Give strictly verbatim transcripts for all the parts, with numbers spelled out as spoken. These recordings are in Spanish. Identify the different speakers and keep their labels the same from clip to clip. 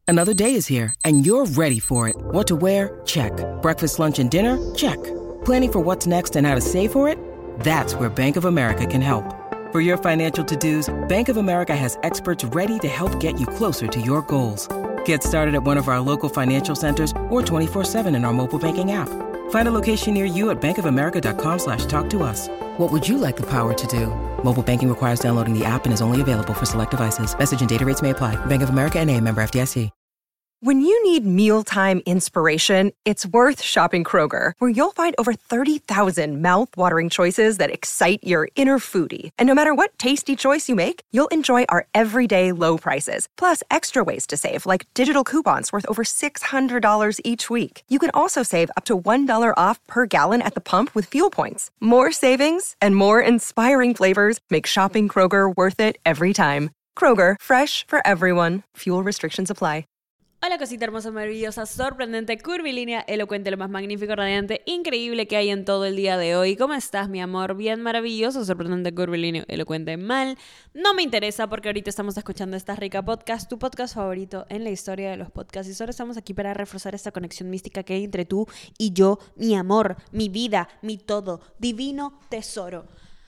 Speaker 1: Another day is here, and you're ready for it. What to wear? Check. Breakfast, lunch, and dinner? Check. Planning for what's next and how to save for it? That's where Bank of America can help. For your financial to-dos, Bank of America has experts ready to help get you closer to your goals. Get started at one of our local financial centers or twenty-four seven in our mobile banking app. Find a location near you at bankofamerica.com slash talk to us. What would you like the power to do? Mobile banking requires downloading the app and is only available for select devices. Message and data rates may apply. Bank of America N A, member F D I C.
Speaker 2: When you need mealtime inspiration, it's worth shopping Kroger, where you'll find over thirty thousand mouth-watering choices that excite your inner foodie. And no matter what tasty choice you make, you'll enjoy our everyday low prices, plus extra ways to save, like digital coupons worth over six hundred dollars each week. You can also save up to one dollar off per gallon at the pump with fuel points. More savings and more inspiring flavors make shopping Kroger worth it every time. Kroger, fresh for everyone. Fuel restrictions apply.
Speaker 3: Hola cosita hermosa, maravillosa, sorprendente, curvilínea, elocuente, lo más magnífico, radiante, increíble que hay en todo el día de hoy. ¿Cómo estás, mi amor? Bien, maravilloso, sorprendente, curvilíneo, elocuente, mal. No me interesa porque ahorita estamos escuchando esta rica podcast, tu podcast favorito en la historia de los podcasts. Y solo estamos aquí para reforzar esta conexión mística que hay entre tú y yo, mi amor, mi vida, mi todo, divino tesoro.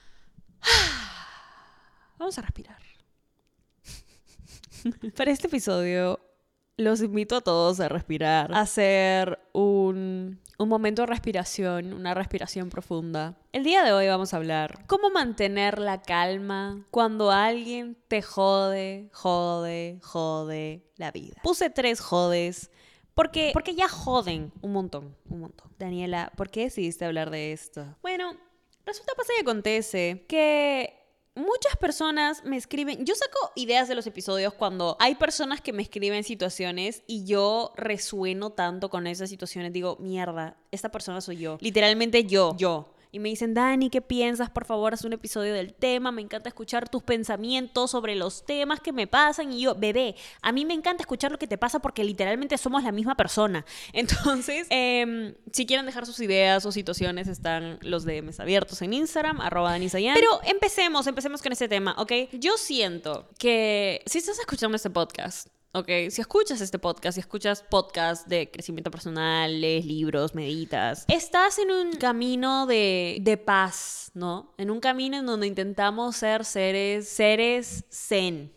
Speaker 3: Vamos a respirar. Para este episodio los invito a todos a respirar, a hacer un, un momento de respiración, una respiración profunda. El día de hoy vamos a hablar cómo mantener la calma cuando alguien te jode, jode, jode la vida. Puse tres jodes porque, porque ya joden un montón, un montón. Daniela, ¿por qué decidiste hablar de esto? Bueno, resulta, pasa y acontece que muchas personas me escriben, yo saco ideas de los episodios cuando hay personas que me escriben situaciones y yo resueno tanto con esas situaciones, digo, mierda, esta persona soy yo, literalmente yo, yo. Y me dicen, Dani, ¿qué piensas? Por favor, haz un episodio del tema. Me encanta escuchar tus pensamientos sobre los temas que me pasan. Y yo, bebé, a mí me encanta escuchar lo que te pasa porque literalmente somos la misma persona. Entonces, eh, si quieren dejar sus ideas o situaciones, están los D Ms abiertos en Instagram, arroba danisayan. Pero empecemos, empecemos con este tema, ¿ok? Yo siento que si estás escuchando este podcast, ok, si escuchas este podcast, si escuchas podcast de crecimiento personal, lees libros, meditas, estás en un camino de, de paz, ¿no? En un camino en donde intentamos ser seres, seres zen.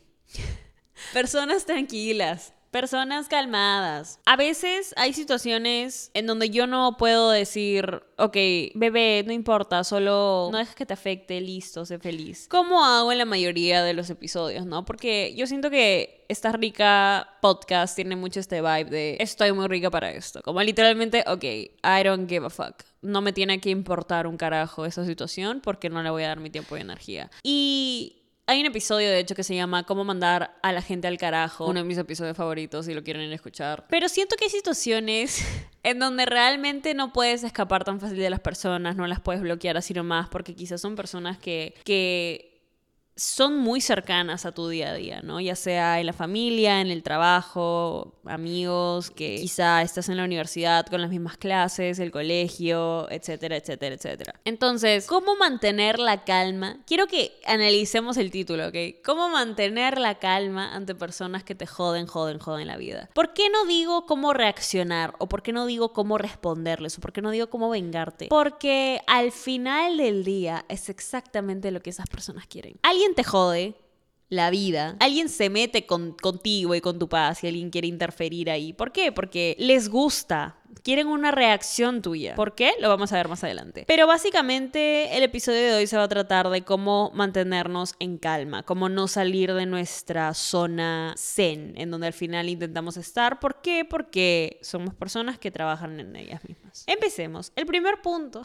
Speaker 3: Personas tranquilas. Personas calmadas. A veces hay situaciones en donde yo no puedo decir, ok, bebé, no importa, solo no dejes que te afecte, listo, sé feliz. Como hago en la mayoría de los episodios, ¿no? Porque yo siento que esta rica podcast tiene mucho este vibe de estoy muy rica para esto. Como literalmente, ok, I don't give a fuck. No me tiene que importar un carajo esa situación porque no le voy a dar mi tiempo y energía. Y hay un episodio, de hecho, que se llama Cómo mandar a la gente al carajo. Uno de mis episodios favoritos, si lo quieren ir a escuchar. Pero siento que hay situaciones en donde realmente no puedes escapar tan fácil de las personas, no las puedes bloquear así nomás, porque quizás son personas que, que son muy cercanas a tu día a día, ¿no? Ya sea en la familia, en el trabajo, amigos, que quizá estás en la universidad con las mismas clases, el colegio, etcétera, etcétera, etcétera. Entonces, ¿cómo mantener la calma? Quiero que analicemos el título, ¿ok? ¿Cómo mantener la calma ante personas que te joden, joden, joden la vida? ¿Por qué no digo cómo reaccionar? ¿O por qué no digo cómo responderles? ¿O por qué no digo cómo vengarte? Porque al final del día es exactamente lo que esas personas quieren. Alguien te jode la vida, alguien se mete con, contigo y con tu paz y alguien quiere interferir ahí. ¿Por qué? Porque les gusta, quieren una reacción tuya. ¿Por qué? Lo vamos a ver más adelante. Pero básicamente el episodio de hoy se va a tratar de cómo mantenernos en calma, cómo no salir de nuestra zona zen, en donde al final intentamos estar. ¿Por qué? Porque somos personas que trabajan en ellas mismas. Empecemos. El primer punto,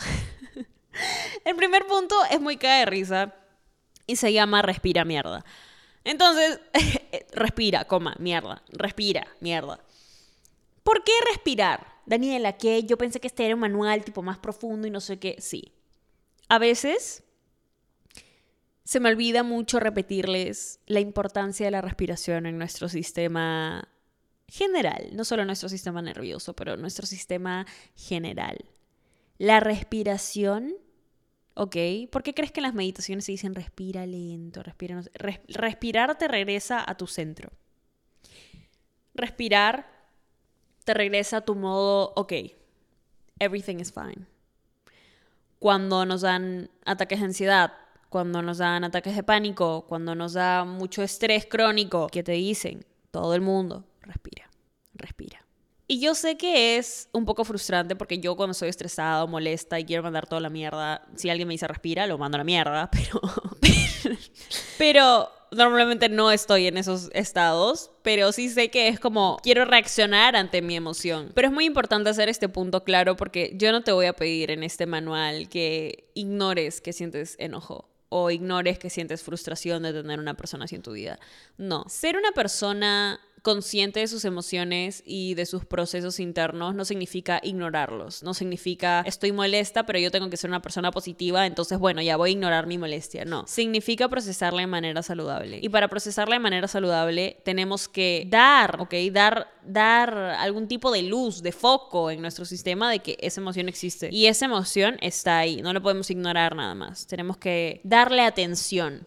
Speaker 3: el primer punto es muy cae de risa. Y se llama respira mierda. Entonces, respira, coma, mierda. Respira, mierda. ¿Por qué respirar? Daniela, ¿qué? Yo pensé que este era un manual tipo más profundo y no sé qué. Sí. A veces se me olvida mucho repetirles la importancia de la respiración en nuestro sistema general. No solo nuestro sistema nervioso, pero nuestro sistema general. La respiración... Ok, ¿por qué crees que en las meditaciones se dicen respira lento, respira no sé? Res- respirar te regresa a tu centro. Respirar te regresa a tu modo, ok, everything is fine. Cuando nos dan ataques de ansiedad, cuando nos dan ataques de pánico, cuando nos da mucho estrés crónico, ¿qué te dicen? Todo el mundo, respira, respira. Y yo sé que es un poco frustrante porque yo cuando estoy estresada o molesta y quiero mandar toda la mierda, si alguien me dice respira, lo mando a la mierda, pero... pero normalmente no estoy en esos estados, pero sí sé que es como quiero reaccionar ante mi emoción. Pero es muy importante hacer este punto claro porque yo no te voy a pedir en este manual que ignores que sientes enojo o ignores que sientes frustración de tener una persona así en tu vida. No, ser una persona consciente de sus emociones y de sus procesos internos no significa ignorarlos, no significa estoy molesta pero yo tengo que ser una persona positiva, entonces bueno, ya voy a ignorar mi molestia. No, significa procesarla de manera saludable, y para procesarla de manera saludable tenemos que dar, ok, dar, dar algún tipo de luz, de foco en nuestro sistema de que esa emoción existe y esa emoción está ahí, no la podemos ignorar nada más, tenemos que darle atención.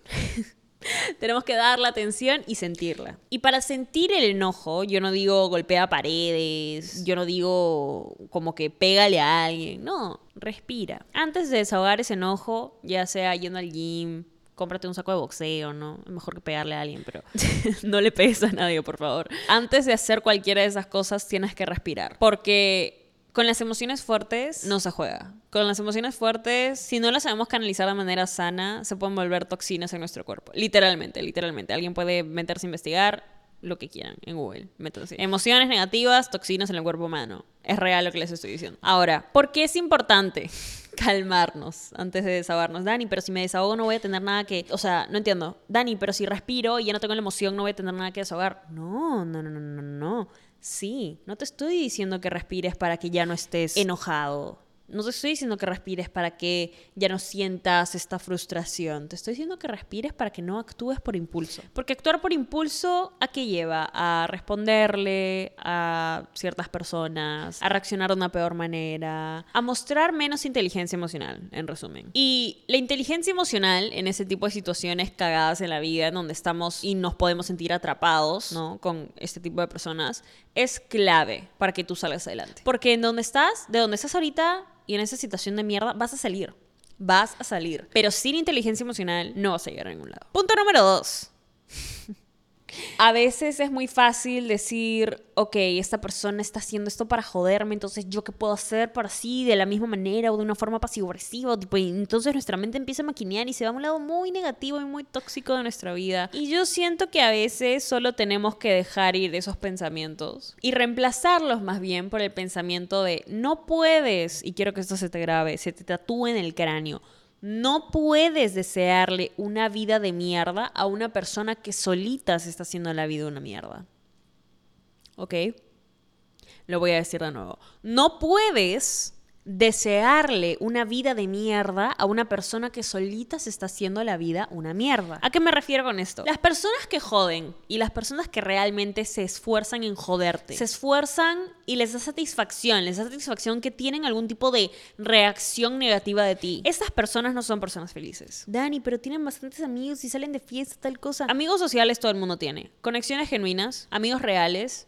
Speaker 3: Tenemos que darle atención y sentirla. Y para sentir el enojo, yo no digo golpea paredes, yo no digo como que pégale a alguien, no, respira. Antes de desahogar ese enojo, ya sea yendo al gym, cómprate un saco de boxeo, ¿no? Es mejor que pegarle a alguien, pero no le pegues a nadie, por favor. Antes de hacer cualquiera de esas cosas, tienes que respirar, porque con las emociones fuertes no se juega. Con las emociones fuertes, si no las sabemos canalizar de manera sana, se pueden volver toxinas en nuestro cuerpo. Literalmente, literalmente. Alguien puede meterse a investigar lo que quieran en Google. Métanse. Emociones negativas, toxinas en el cuerpo humano. Es real lo que les estoy diciendo. Ahora, ¿por qué es importante calmarnos antes de desahogarnos? Dani, pero si me desahogo no voy a tener nada que... O sea, no entiendo. Dani, pero si respiro y ya no tengo la emoción, no voy a tener nada que desahogar. No, no, no, no, no, no. Sí, no te estoy diciendo que respires para que ya no estés enojado. No te estoy diciendo que respires para que ya no sientas esta frustración. Te estoy diciendo que respires para que no actúes por impulso. Porque actuar por impulso, ¿a qué lleva? A responderle a ciertas personas, a reaccionar de una peor manera, a mostrar menos inteligencia emocional, en resumen. Y la inteligencia emocional en ese tipo de situaciones cagadas en la vida, en donde estamos y nos podemos sentir atrapados, ¿no?, con este tipo de personas, es clave para que tú salgas adelante. Porque en donde estás, de donde estás ahorita y en esa situación de mierda, vas a salir. Vas a salir. Pero sin inteligencia emocional no vas a llegar a ningún lado. Punto número dos. A veces es muy fácil decir, ok, esta persona está haciendo esto para joderme, entonces ¿yo qué puedo hacer para así, de la misma manera o de una forma pasivo-agresiva? Tipo, y entonces nuestra mente empieza a maquinear y se va a un lado muy negativo y muy tóxico de nuestra vida. Y yo siento que a veces solo tenemos que dejar ir esos pensamientos y reemplazarlos más bien por el pensamiento de no puedes, y quiero que esto se te grabe, se te tatúe en el cráneo. No puedes desearle una vida de mierda a una persona que solita se está haciendo la vida una mierda. ¿Ok? Lo voy a decir de nuevo. No puedes desearle una vida de mierda a una persona que solita se está haciendo la vida una mierda. ¿A qué me refiero con esto? Las personas que joden y las personas que realmente se esfuerzan en joderte, se esfuerzan y les da satisfacción, les da satisfacción que tienen algún tipo de reacción negativa de ti. Estas personas no son personas felices. Dani, pero tienen bastantes amigos y salen de fiesta, tal cosa. Amigos sociales todo el mundo tiene. Conexiones genuinas, amigos reales,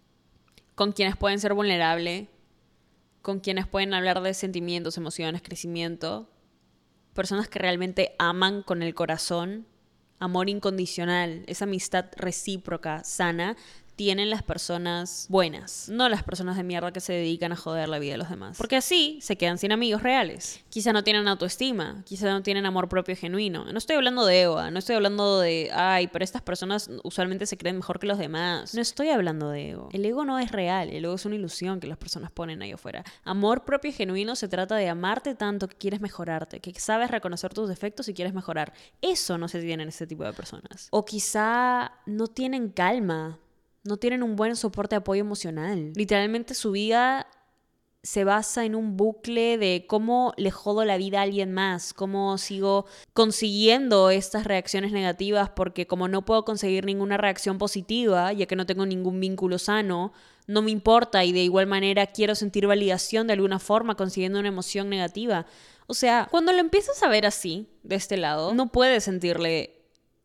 Speaker 3: con quienes pueden ser vulnerables, con quienes pueden hablar de sentimientos, emociones, crecimiento. Personas que realmente aman con el corazón. Amor incondicional, esa amistad recíproca, sana, tienen las personas buenas, no las personas de mierda que se dedican a joder la vida de los demás. Porque así se quedan sin amigos reales. Quizá no tienen autoestima, quizá no tienen amor propio genuino. No estoy hablando de ego, no estoy hablando de, ay, pero estas personas usualmente se creen mejor que los demás. No estoy hablando de ego. El ego no es real, el ego es una ilusión que las personas ponen ahí afuera. Amor propio genuino se trata de amarte tanto que quieres mejorarte, que sabes reconocer tus defectos y quieres mejorar. Eso no se tiene en este tipo de personas. O quizá no tienen calma. No tienen un buen soporte de apoyo emocional. Literalmente su vida se basa en un bucle de cómo le jodo la vida a alguien más, cómo sigo consiguiendo estas reacciones negativas porque como no puedo conseguir ninguna reacción positiva, ya que no tengo ningún vínculo sano, no me importa y de igual manera quiero sentir validación de alguna forma consiguiendo una emoción negativa. O sea, cuando lo empiezas a ver así, de este lado, no puedes sentirle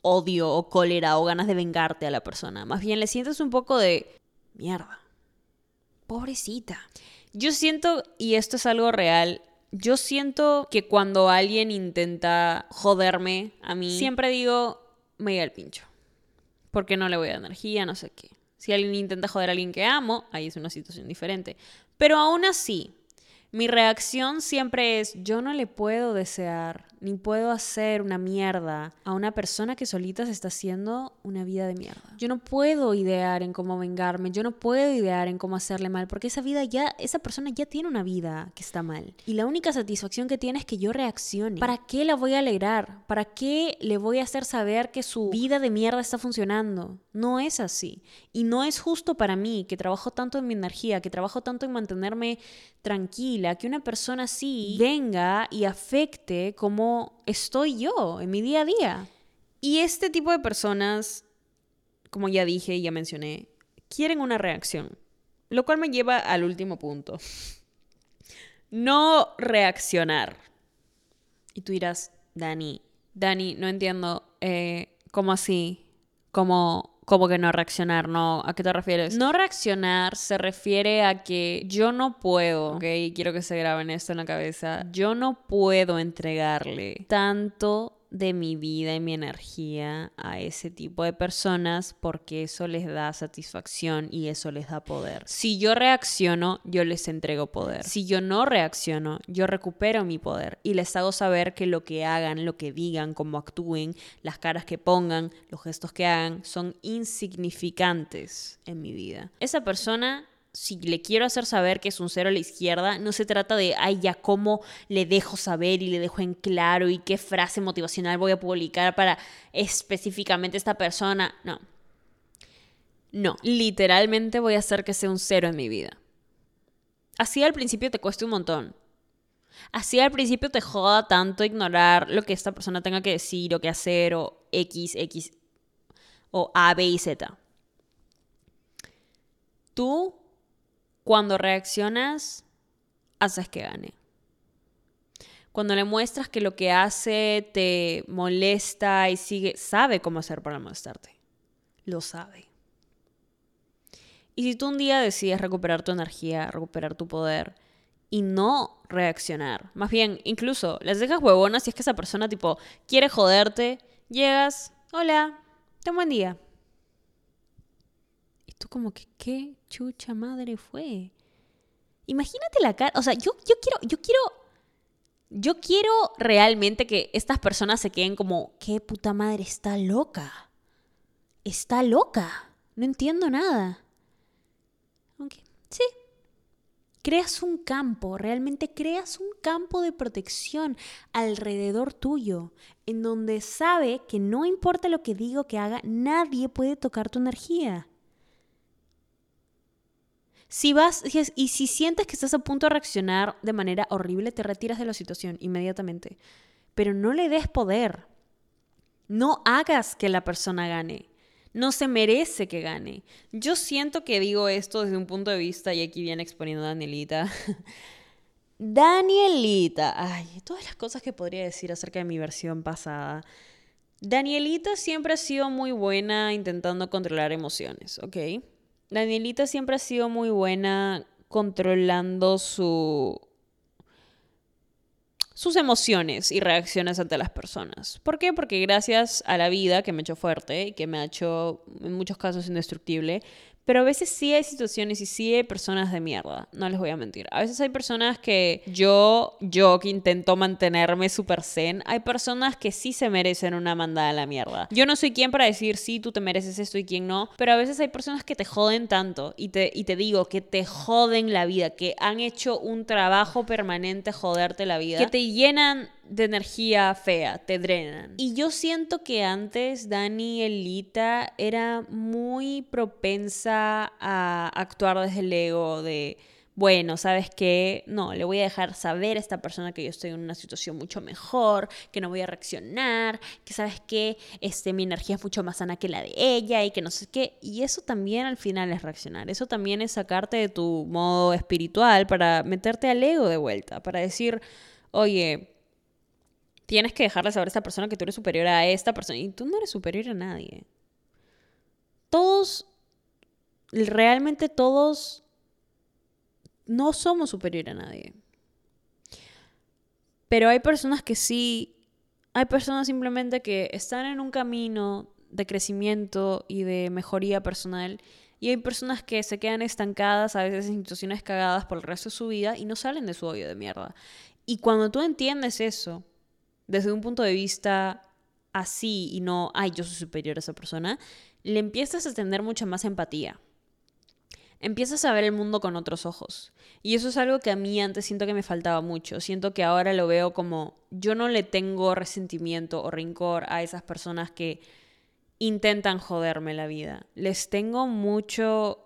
Speaker 3: odio o cólera o ganas de vengarte a la persona. Más bien le sientes un poco de mierda. Pobrecita. Yo siento, y esto es algo real, yo siento que cuando alguien intenta joderme a mí, siempre digo, me llega el pincho. Porque no le voy a dar energía, no sé qué. Si alguien intenta joder a alguien que amo, ahí es una situación diferente. Pero aún así, mi reacción siempre es, yo no le puedo desear, ni puedo hacer una mierda a una persona que solita se está haciendo una vida de mierda. Yo no puedo idear en cómo vengarme, yo no puedo idear en cómo hacerle mal, porque esa vida ya, esa persona ya tiene una vida que está mal. Y la única satisfacción que tiene es que yo reaccione. ¿Para qué la voy a alegrar? ¿Para qué le voy a hacer saber que su vida de mierda está funcionando? No es así. Y no es justo para mí, que trabajo tanto en mi energía, que trabajo tanto en mantenerme tranquila, que una persona así venga y afecte como estoy yo en mi día a día. Y este tipo de personas, como ya dije y ya mencioné, quieren una reacción. Lo cual me lleva al último punto. No reaccionar. Y tú dirás, Dani, Dani, no entiendo, eh, ¿cómo así? ¿Cómo, cómo que no reaccionar? No, ¿a qué te refieres? No reaccionar se refiere a que yo no puedo, ¿ok? Quiero que se graben esto en la cabeza. Yo no puedo entregarle tanto de mi vida y mi energía a ese tipo de personas porque eso les da satisfacción y eso les da poder. Si yo reacciono, yo les entrego poder. Si yo no reacciono, yo recupero mi poder y les hago saber que lo que hagan, lo que digan, cómo actúen, las caras que pongan, los gestos que hagan, son insignificantes en mi vida. Esa persona, si le quiero hacer saber que es un cero a la izquierda, no se trata de, ay, ya cómo le dejo saber y le dejo en claro y qué frase motivacional voy a publicar para específicamente esta persona. No. No. Literalmente voy a hacer que sea un cero en mi vida. Así al principio te cueste un montón. Así al principio te joda tanto ignorar lo que esta persona tenga que decir o que hacer o X, X o A, B y Z. Tú, cuando reaccionas, haces que gane. Cuando le muestras que lo que hace te molesta y sigue, sabe cómo hacer para molestarte. Lo sabe. Y si tú un día decides recuperar tu energía, recuperar tu poder y no reaccionar, más bien, incluso les dejas huevonas si es que esa persona tipo quiere joderte, llegas, hola, ten buen día. Tú como que, ¿qué chucha madre fue? Imagínate la cara, o sea, yo, yo quiero, yo quiero, yo quiero realmente que estas personas se queden como, ¿qué puta madre? Está loca. Está loca. No entiendo nada. Aunque, sí. Creas un campo, realmente creas un campo de protección alrededor tuyo, en donde sabe que no importa lo que diga o que haga, nadie puede tocar tu energía. Si vas y si sientes que estás a punto de reaccionar de manera horrible, te retiras de la situación inmediatamente. Pero no le des poder. No hagas que la persona gane. No se merece que gane. Yo siento que digo esto desde un punto de vista, y aquí viene exponiendo a Danielita. Danielita. Ay, todas las cosas que podría decir acerca de mi versión pasada. Danielita siempre ha sido muy buena intentando controlar emociones, ¿ok? Danielita siempre ha sido muy buena controlando su, sus emociones y reacciones ante las personas. ¿Por qué? Porque gracias a la vida que me ha hecho fuerte y que me ha hecho en muchos casos indestructible, pero a veces sí hay situaciones y sí hay personas de mierda, no les voy a mentir. A veces hay personas que yo, yo que intento mantenerme súper zen, hay personas que sí se merecen una mandada a la mierda. Yo no soy quien para decir sí, tú te mereces esto y quién no, pero a veces hay personas que te joden tanto y te, y te digo que te joden la vida, que han hecho un trabajo permanente joderte la vida, que te llenan de energía fea, te drenan. Y yo siento que antes Danielita era muy propensa a actuar desde el ego de, bueno, ¿sabes qué? No, le voy a dejar saber a esta persona que yo estoy en una situación mucho mejor, que no voy a reaccionar, que ¿sabes qué? Este, mi energía es mucho más sana que la de ella y que no sé qué. Y eso también al final es reaccionar. Eso también es sacarte de tu modo espiritual para meterte al ego de vuelta, para decir, oye, tienes que dejarle saber a esta persona que tú eres superior a esta persona. Y tú no eres superior a nadie. Todos, realmente todos, no somos superior a nadie. Pero hay personas que sí, hay personas simplemente que están en un camino de crecimiento y de mejoría personal. Y hay personas que se quedan estancadas a veces en situaciones cagadas por el resto de su vida y no salen de su hoyo de mierda. Y cuando tú entiendes eso, desde un punto de vista así y no, ay, yo soy superior a esa persona, le empiezas a tener mucha más empatía. Empiezas a ver el mundo con otros ojos. Y eso es algo que a mí antes siento que me faltaba mucho. Siento que ahora lo veo como, yo no le tengo resentimiento o rencor a esas personas que intentan joderme la vida. Les tengo mucho...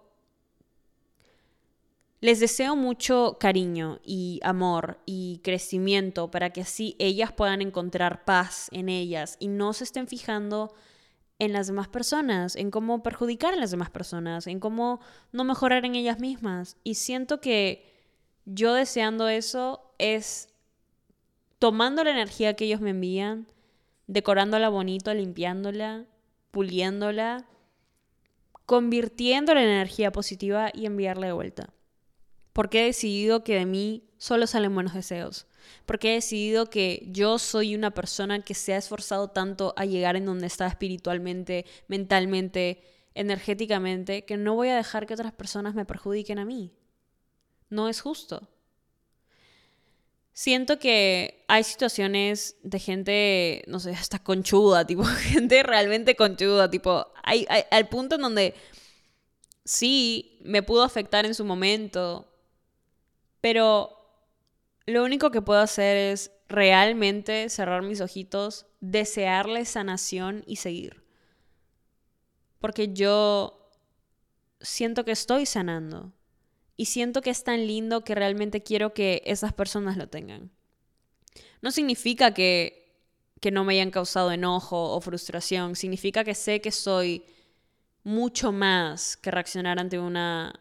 Speaker 3: Les deseo mucho cariño y amor y crecimiento para que así ellas puedan encontrar paz en ellas y no se estén fijando en las demás personas, en cómo perjudicar a las demás personas, en cómo no mejorar en ellas mismas. Y siento que yo deseando eso es tomando la energía que ellos me envían, decorándola bonito, limpiándola, puliéndola, convirtiéndola en energía positiva y enviarla de vuelta. Porque he decidido que de mí solo salen buenos deseos. Porque he decidido que yo soy una persona que se ha esforzado tanto a llegar en donde está espiritualmente, mentalmente, energéticamente, que no voy a dejar que otras personas me perjudiquen a mí. No es justo. Siento que hay situaciones de gente, no sé, hasta conchuda, tipo, gente realmente conchuda, tipo, hay, hay, al punto en donde sí me pudo afectar en su momento, pero lo único que puedo hacer es realmente cerrar mis ojitos, desearle sanación y seguir. Porque yo siento que estoy sanando. Y siento que es tan lindo que realmente quiero que esas personas lo tengan. No significa que, que no me hayan causado enojo o frustración. Significa que sé que soy mucho más que reaccionar ante una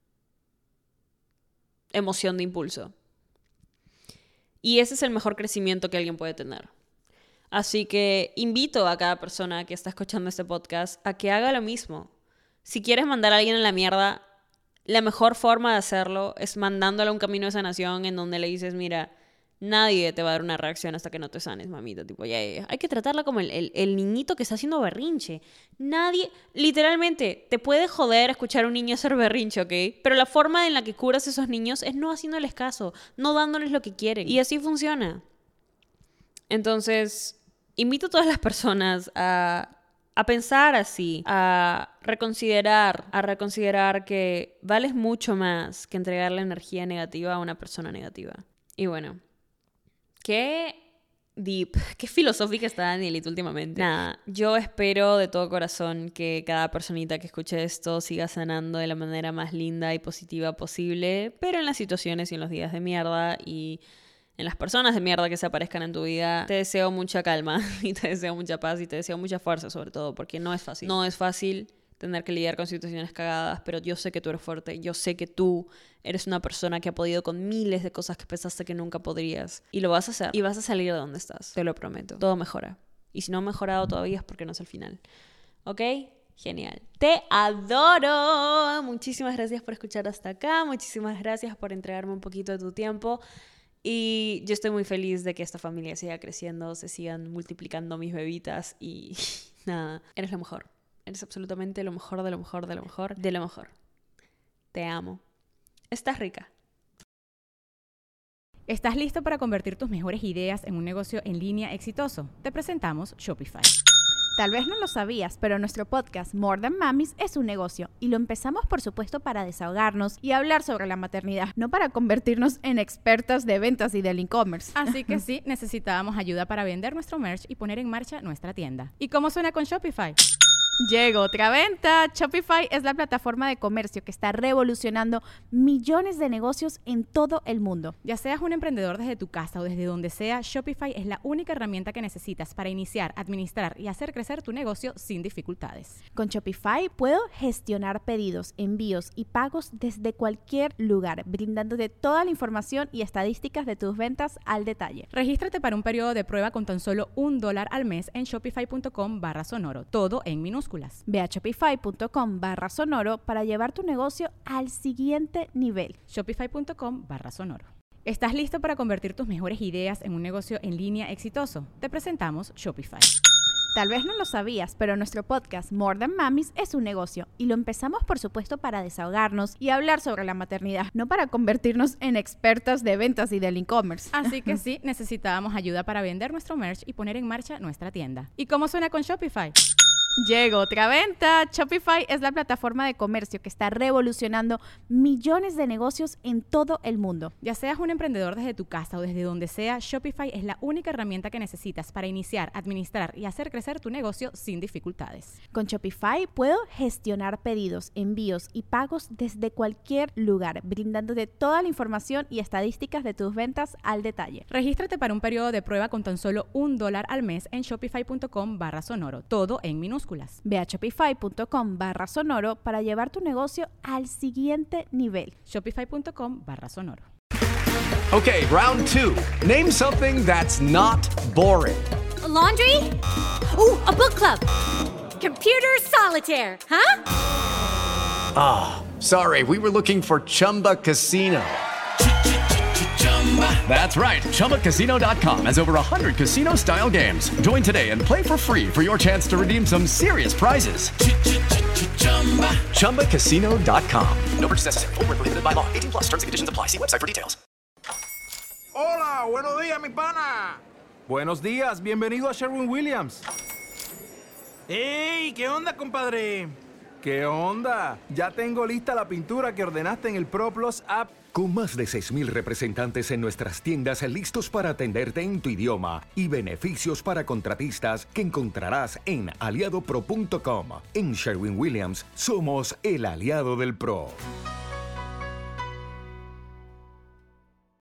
Speaker 3: emoción de impulso. Y ese es el mejor crecimiento que alguien puede tener. Así que invito a cada persona que está escuchando este podcast a que haga lo mismo. Si quieres mandar a alguien a la mierda, la mejor forma de hacerlo es mandándolo a un camino de sanación en donde le dices, mira, nadie te va a dar una reacción hasta que no te sanes, mamita. Tipo, ya, ya, ya. Hay que tratarla como el, el, el niñito que está haciendo berrinche. Nadie, literalmente, te puede joder escuchar a un niño hacer berrinche, ¿ok? Pero la forma en la que curas a esos niños es no haciéndoles caso, no dándoles lo que quieren. Y así funciona. Entonces, invito a todas las personas a... a pensar así, a reconsiderar, a reconsiderar que vales mucho más que entregarle energía negativa a una persona negativa. Y bueno, qué deep, qué filosófica está Danielita últimamente. Nada, yo espero de todo corazón que cada personita que escuche esto siga sanando de la manera más linda y positiva posible, pero en las situaciones y en los días de mierda y en las personas de mierda que se aparezcan en tu vida, te deseo mucha calma y te deseo mucha paz y te deseo mucha fuerza sobre todo, porque no es fácil. No es fácil tener que lidiar con situaciones cagadas, pero yo sé que tú eres fuerte, yo sé que tú eres una persona que ha podido con miles de cosas que pensaste que nunca podrías. Y lo vas a hacer. Y vas a salir de donde estás, te lo prometo. Todo mejora. Y si no ha mejorado todavía es porque no es el final. ¿Ok? Genial. Te adoro. Muchísimas gracias por escuchar hasta acá. Muchísimas gracias por entregarme un poquito de tu tiempo. Y yo estoy muy feliz de que esta familia siga creciendo, se sigan multiplicando mis bebitas y nada, eres lo mejor. Eres absolutamente lo mejor de lo mejor de lo mejor de lo mejor. Te amo. Estás rica.
Speaker 4: ¿Estás listo para convertir tus mejores ideas en un negocio en línea exitoso? Te presentamos Shopify.
Speaker 5: Tal vez no lo sabías, pero nuestro podcast More Than Mamis es un negocio y lo empezamos por supuesto para desahogarnos y hablar sobre la maternidad, no para convertirnos en expertas de ventas y del e-commerce.
Speaker 4: Así que sí, necesitábamos ayuda para vender nuestro merch y poner en marcha nuestra tienda. ¿Y cómo suena con Shopify?
Speaker 5: Llegó otra venta. Shopify es la plataforma de comercio que está revolucionando millones de negocios en todo el mundo.
Speaker 4: Ya seas un emprendedor desde tu casa o desde donde sea, Shopify es la única herramienta que necesitas para iniciar, administrar y hacer crecer tu negocio sin dificultades.
Speaker 5: Con Shopify puedo gestionar pedidos, envíos y pagos desde cualquier lugar, brindándote toda la información y estadísticas de tus ventas al detalle.
Speaker 4: Regístrate para un periodo de prueba con tan solo un dólar al mes en shopify.com barra sonoro, todo en minúsculas.
Speaker 5: Ve a shopify.com barra sonoro para llevar tu negocio al siguiente nivel.
Speaker 4: Shopify.com barra sonoro. ¿Estás listo para convertir tus mejores ideas en un negocio en línea exitoso? Te presentamos Shopify.
Speaker 5: Tal vez no lo sabías, pero nuestro podcast More Than Mamis es un negocio y lo empezamos por supuesto para desahogarnos y hablar sobre la maternidad, no para convertirnos en expertas de ventas y del e-commerce.
Speaker 4: Así que sí, necesitábamos ayuda para vender nuestro merch y poner en marcha nuestra tienda. ¿Y cómo suena con Shopify?
Speaker 5: Llegó otra venta. Shopify es la plataforma de comercio que está revolucionando millones de negocios en todo el mundo.
Speaker 4: Ya seas un emprendedor desde tu casa o desde donde sea, Shopify es la única herramienta que necesitas para iniciar, administrar y hacer crecer tu negocio sin dificultades.
Speaker 5: Con Shopify puedo gestionar pedidos, envíos y pagos desde cualquier lugar, brindándote toda la información y estadísticas de tus ventas al detalle.
Speaker 4: Regístrate para un periodo de prueba con tan solo un dólar al mes en shopify.com barra sonoro, todo en minúsculas.
Speaker 5: Ve a shopify.com barra sonoro para llevar tu negocio al siguiente nivel.
Speaker 4: Shopify.com barra sonoro.
Speaker 6: Okay, round two. Name something that's not boring.
Speaker 7: A laundry? Ooh, a book club. Computer solitaire, huh?
Speaker 6: Ah, oh, sorry, we were looking for Chumba Casino. That's right. Chumba Casino dot com has over one hundred casino-style games. Join today and play for free for your chance to redeem some serious prizes. Chumba Casino dot com. No purchase necessary. Void where prohibited by law. eighteen plus. Terms and conditions apply. See website for details.
Speaker 8: Hola, buenos días, mi pana.
Speaker 9: Buenos días, bienvenido a Sherwin-Williams.
Speaker 8: ¡Ey! ¿Qué onda, compadre?
Speaker 9: ¿Qué onda? Ya tengo lista la pintura que ordenaste en el ProPlus app.
Speaker 10: Con más de seis mil representantes en nuestras tiendas listos para atenderte en tu idioma y beneficios para contratistas que encontrarás en aliado pro punto com. En Sherwin-Williams somos el aliado del pro.